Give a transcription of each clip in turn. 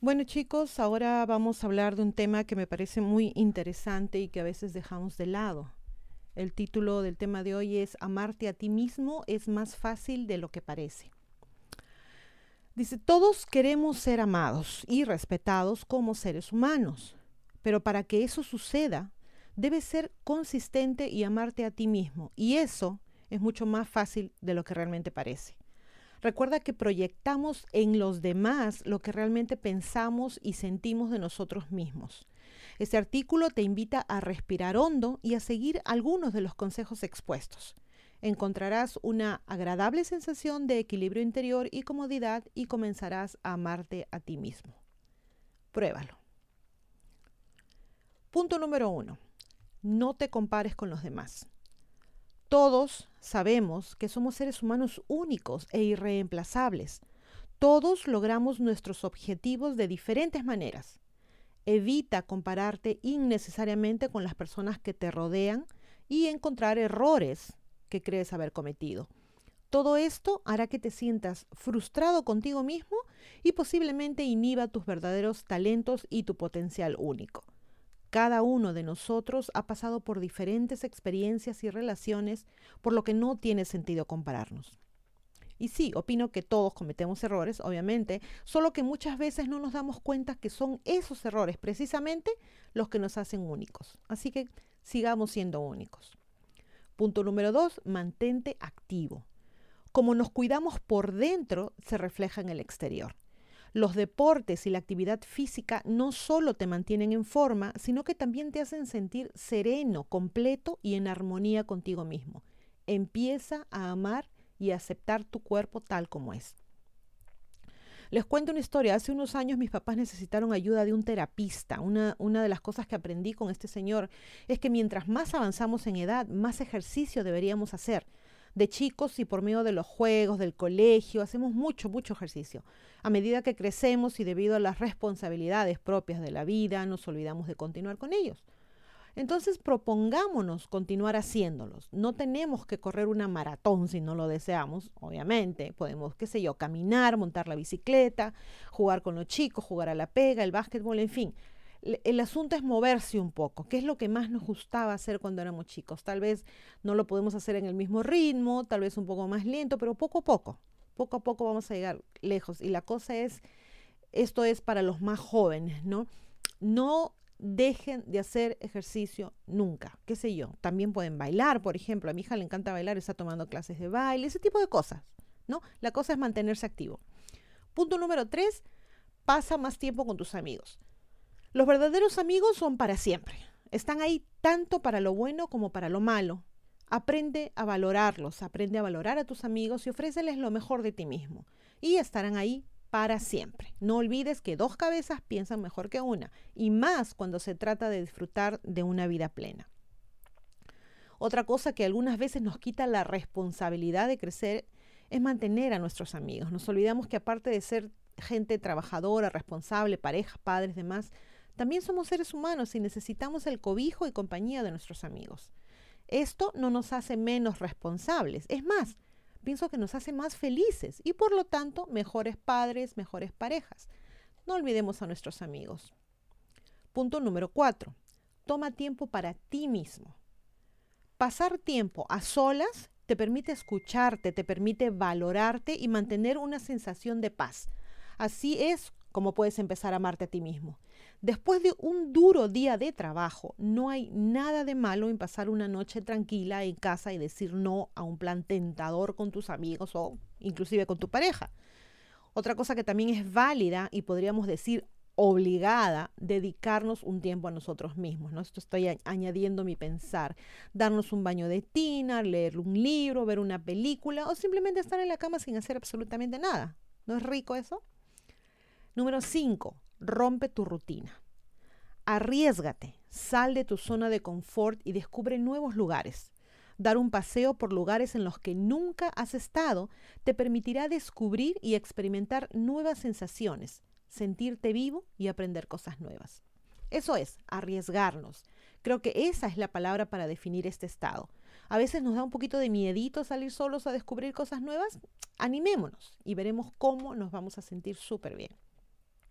Bueno, chicos, ahora vamos a hablar de un tema que me parece muy interesante y que a veces dejamos de lado. El título del tema de hoy es Amarte a ti mismo es más fácil de lo que parece. Dice, todos queremos ser amados y respetados como seres humanos, pero para que eso suceda, debes ser consistente y amarte a ti mismo, y eso es mucho más fácil de lo que realmente parece. Recuerda que proyectamos en los demás lo que realmente pensamos y sentimos de nosotros mismos. Este artículo te invita a respirar hondo y a seguir algunos de los consejos expuestos. Encontrarás una agradable sensación de equilibrio interior y comodidad y comenzarás a amarte a ti mismo. Pruébalo. Punto número 1. No te compares con los demás. Todos sabemos que somos seres humanos únicos e irreemplazables. Todos logramos nuestros objetivos de diferentes maneras. Evita compararte innecesariamente con las personas que te rodean y encontrar errores que crees haber cometido. Todo esto hará que te sientas frustrado contigo mismo y posiblemente inhiba tus verdaderos talentos y tu potencial único. Cada uno de nosotros ha pasado por diferentes experiencias y relaciones, por lo que no tiene sentido compararnos. Y sí, opino que todos cometemos errores, obviamente, solo que muchas veces no nos damos cuenta que son esos errores precisamente los que nos hacen únicos. Así que sigamos siendo únicos. Punto número 2, mantente activo. Como nos cuidamos por dentro, se refleja en el exterior. Los deportes y la actividad física no solo te mantienen en forma, sino que también te hacen sentir sereno, completo y en armonía contigo mismo. Empieza a amar y a aceptar tu cuerpo tal como es. Les cuento una historia. Hace unos años mis papás necesitaron ayuda de un terapista. Una de las cosas que aprendí con este señor es que mientras más avanzamos en edad, más ejercicio deberíamos hacer. De chicos y por medio de los juegos, del colegio, hacemos mucho ejercicio. A medida que crecemos y debido a las responsabilidades propias de la vida, nos olvidamos de continuar con ellos. Entonces propongámonos continuar haciéndolos. No tenemos que correr una maratón si no lo deseamos, obviamente. Podemos, qué sé yo, caminar, montar la bicicleta, jugar con los chicos, jugar a la pega, el básquetbol, en fin. El asunto es moverse un poco, que es lo que más nos gustaba hacer cuando éramos chicos. Tal vez no lo podemos hacer en el mismo ritmo, tal vez un poco más lento, pero poco a poco vamos a llegar lejos. Y la cosa es, esto es para los más jóvenes, ¿no? No dejen de hacer ejercicio nunca, qué sé yo. También pueden bailar, por ejemplo. A mi hija le encanta bailar, está tomando clases de baile, ese tipo de cosas, ¿no? La cosa es mantenerse activo. Punto número 3, pasa más tiempo con tus amigos. Los verdaderos amigos son para siempre. Están ahí tanto para lo bueno como para lo malo. Aprende a valorarlos, aprende a valorar a tus amigos y ofréceles lo mejor de ti mismo. Y estarán ahí para siempre. No olvides que dos cabezas piensan mejor que una, y más cuando se trata de disfrutar de una vida plena. Otra cosa que algunas veces nos quita la responsabilidad de crecer es mantener a nuestros amigos. Nos olvidamos que aparte de ser gente trabajadora, responsable, parejas, padres, demás, también somos seres humanos y necesitamos el cobijo y compañía de nuestros amigos. Esto no nos hace menos responsables, es más, pienso que nos hace más felices y por lo tanto mejores padres, mejores parejas. No olvidemos a nuestros amigos. Punto número 4. Toma tiempo para ti mismo. Pasar tiempo a solas te permite escucharte, te permite valorarte y mantener una sensación de paz. Así es como puedes empezar a amarte a ti mismo. Después de un duro día de trabajo, no hay nada de malo en pasar una noche tranquila en casa y decir no a un plan tentador con tus amigos o inclusive con tu pareja. Otra cosa que también es válida y podríamos decir obligada, dedicarnos un tiempo a nosotros mismos, ¿no? Esto estoy añadiendo mi pensar, darnos un baño de tina, leer un libro, ver una película o simplemente estar en la cama sin hacer absolutamente nada. ¿No es rico eso? Número 5. Rompe tu rutina. Arriésgate, sal de tu zona de confort y descubre nuevos lugares. Dar un paseo por lugares en los que nunca has estado te permitirá descubrir y experimentar nuevas sensaciones, sentirte vivo y aprender cosas nuevas. Eso es, arriesgarnos. Creo que esa es la palabra para definir este estado. A veces nos da un poquito de miedito salir solos a descubrir cosas nuevas. Animémonos y veremos cómo nos vamos a sentir súper bien.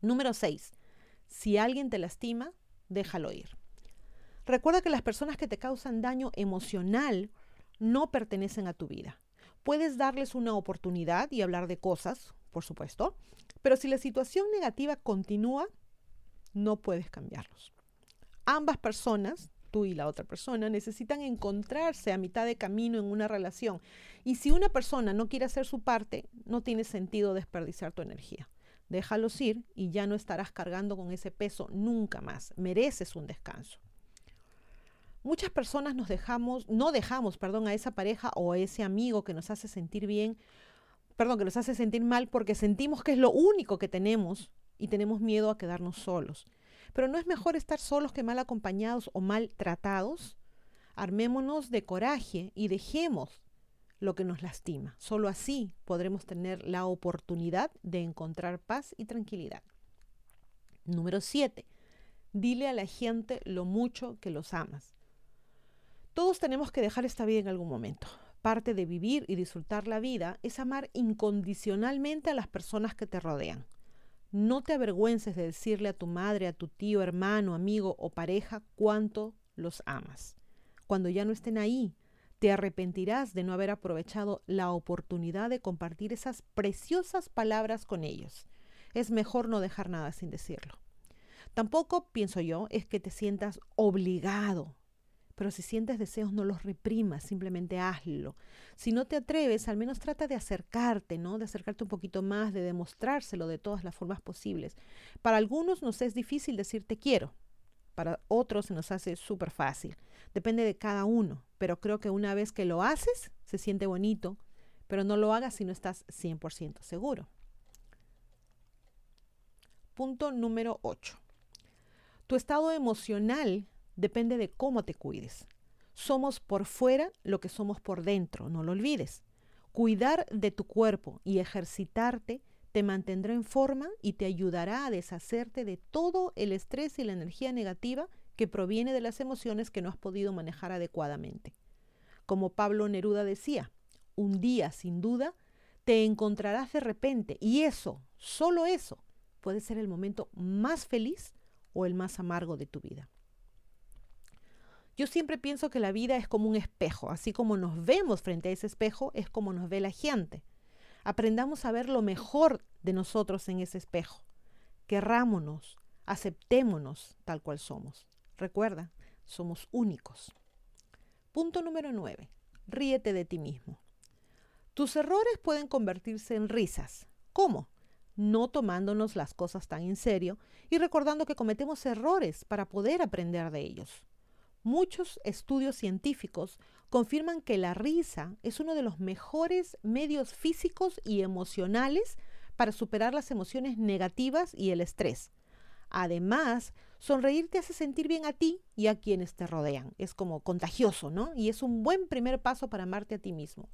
Número 6. Si alguien te lastima, déjalo ir. Recuerda que las personas que te causan daño emocional no pertenecen a tu vida. Puedes darles una oportunidad y hablar de cosas, por supuesto, pero si la situación negativa continúa, no puedes cambiarlos. Ambas personas, tú y la otra persona, necesitan encontrarse a mitad de camino en una relación. Y si una persona no quiere hacer su parte, no tiene sentido desperdiciar tu energía. Déjalos ir y ya no estarás cargando con ese peso nunca más. Mereces un descanso. Muchas personas no dejamos a esa pareja o a ese amigo que nos hace sentir que nos hace sentir mal porque sentimos que es lo único que tenemos y tenemos miedo a quedarnos solos. Pero ¿no es mejor estar solos que mal acompañados o mal tratados? Armémonos de coraje y dejemos lo que nos lastima. Solo así podremos tener la oportunidad de encontrar paz y tranquilidad. Número 7. Dile a la gente lo mucho que los amas. Todos tenemos que dejar esta vida en algún momento. Parte de vivir y disfrutar la vida es amar incondicionalmente a las personas que te rodean. No te avergüences de decirle a tu madre, a tu tío, hermano, amigo o pareja cuánto los amas. Cuando ya no estén ahí, te arrepentirás de no haber aprovechado la oportunidad de compartir esas preciosas palabras con ellos. Es mejor no dejar nada sin decirlo. Tampoco, pienso yo, es que te sientas obligado. Pero si sientes deseos, no los reprimas, simplemente hazlo. Si no te atreves, al menos trata de acercarte, ¿no? De acercarte un poquito más, de demostrárselo de todas las formas posibles. Para algunos nos es difícil decir te quiero. Para otros se nos hace súper fácil. Depende de cada uno. Pero creo que una vez que lo haces, se siente bonito. Pero no lo hagas si no estás 100% seguro. Punto número 8. Tu estado emocional depende de cómo te cuides. Somos por fuera lo que somos por dentro, no lo olvides. Cuidar de tu cuerpo y ejercitarte te mantendrá en forma y te ayudará a deshacerte de todo el estrés y la energía negativa que proviene de las emociones que no has podido manejar adecuadamente. Como Pablo Neruda decía, un día sin duda te encontrarás de repente y eso, solo eso, puede ser el momento más feliz o el más amargo de tu vida. Yo siempre pienso que la vida es como un espejo, así como nos vemos frente a ese espejo, es como nos ve la gente. Aprendamos a ver lo mejor de nosotros en ese espejo. Querrámonos, aceptémonos tal cual somos. Recuerda, somos únicos. Punto número 9. Ríete de ti mismo. Tus errores pueden convertirse en risas. ¿Cómo? No tomándonos las cosas tan en serio y recordando que cometemos errores para poder aprender de ellos. Muchos estudios científicos confirman que la risa es uno de los mejores medios físicos y emocionales para superar las emociones negativas y el estrés. Además, sonreír te hace sentir bien a ti y a quienes te rodean. Es como contagioso, ¿no? Y es un buen primer paso para amarte a ti mismo.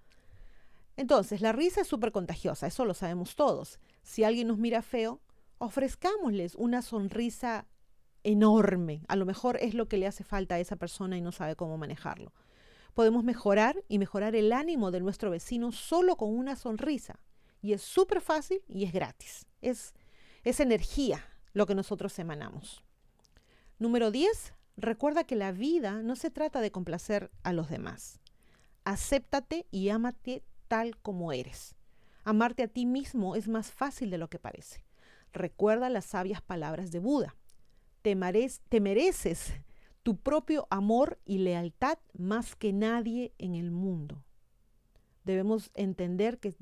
Entonces, la risa es súper contagiosa, eso lo sabemos todos. Si alguien nos mira feo, ofrezcámosles una sonrisa enorme. A lo mejor es lo que le hace falta a esa persona y no sabe cómo manejarlo. Podemos mejorar el ánimo de nuestro vecino solo con una sonrisa. Y es súper fácil y es gratis. Es energía lo que nosotros emanamos. Número 10. Recuerda que la vida no se trata de complacer a los demás. Acéptate y ámate tal como eres. Amarte a ti mismo es más fácil de lo que parece. Recuerda las sabias palabras de Buda. Te mereces tu propio amor y lealtad más que nadie en el mundo. Debemos entender que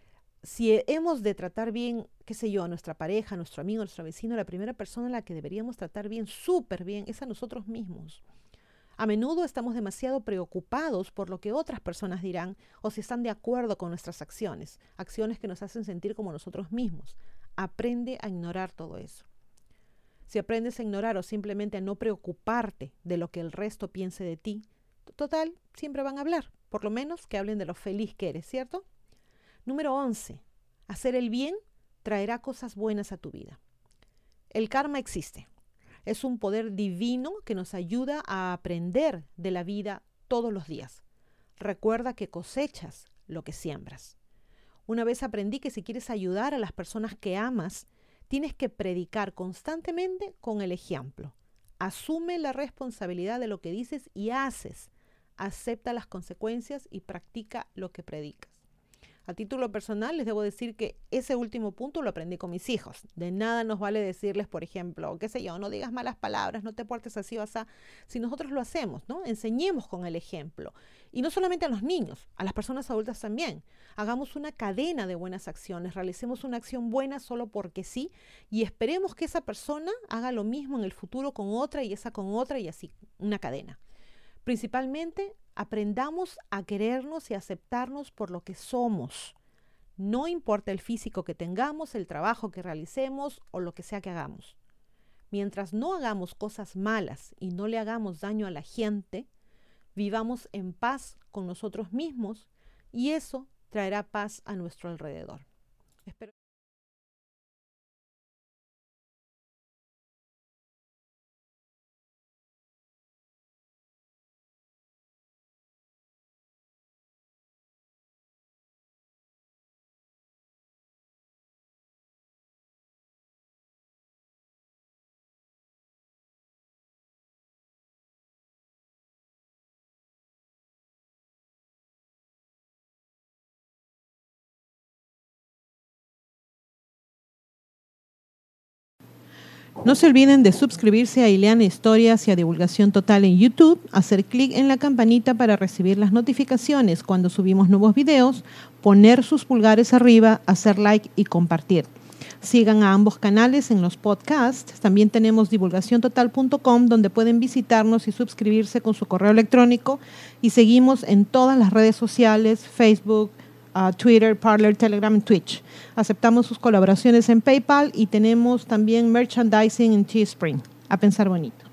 si hemos de tratar bien, qué sé yo, a nuestra pareja, a nuestro amigo, a nuestro vecino, la primera persona a la que deberíamos tratar bien, súper bien, es a nosotros mismos. A menudo estamos demasiado preocupados por lo que otras personas dirán o si están de acuerdo con nuestras acciones que nos hacen sentir como nosotros mismos. Aprende a ignorar todo eso. Si aprendes a ignorar o simplemente a no preocuparte de lo que el resto piense de ti, total, siempre van a hablar, por lo menos que hablen de lo feliz que eres, ¿cierto? Número 11. Hacer el bien traerá cosas buenas a tu vida. El karma existe. Es un poder divino que nos ayuda a aprender de la vida todos los días. Recuerda que cosechas lo que siembras. Una vez aprendí que si quieres ayudar a las personas que amas, Tienes que predicar constantemente con el ejemplo. Asume la responsabilidad de lo que dices y haces. Acepta las consecuencias y practica lo que predicas. A título personal, les debo decir que ese último punto lo aprendí con mis hijos. De nada nos vale decirles, por ejemplo, qué sé yo, no digas malas palabras, no te portes así o así. Si nosotros lo hacemos, ¿no? Enseñemos con el ejemplo. Y no solamente a los niños, a las personas adultas también. Hagamos una cadena de buenas acciones, realicemos una acción buena solo porque sí y esperemos que esa persona haga lo mismo en el futuro con otra y esa con otra y así, una cadena. Principalmente, aprendamos a querernos y aceptarnos por lo que somos. No importa el físico que tengamos, el trabajo que realicemos o lo que sea que hagamos. Mientras no hagamos cosas malas y no le hagamos daño a la gente, vivamos en paz con nosotros mismos y eso traerá paz a nuestro alrededor. Espero No se olviden de suscribirse a Ileana Historias y a Divulgación Total en YouTube, hacer clic en la campanita para recibir las notificaciones cuando subimos nuevos videos, poner sus pulgares arriba, hacer like y compartir. Sigan a ambos canales en los podcasts. También tenemos divulgaciontotal.com donde pueden visitarnos y suscribirse con su correo electrónico y seguimos en todas las redes sociales, Facebook, Twitter, Parler, Telegram y Twitch. Aceptamos sus colaboraciones en PayPal y tenemos también merchandising en Teespring. A pensar bonito.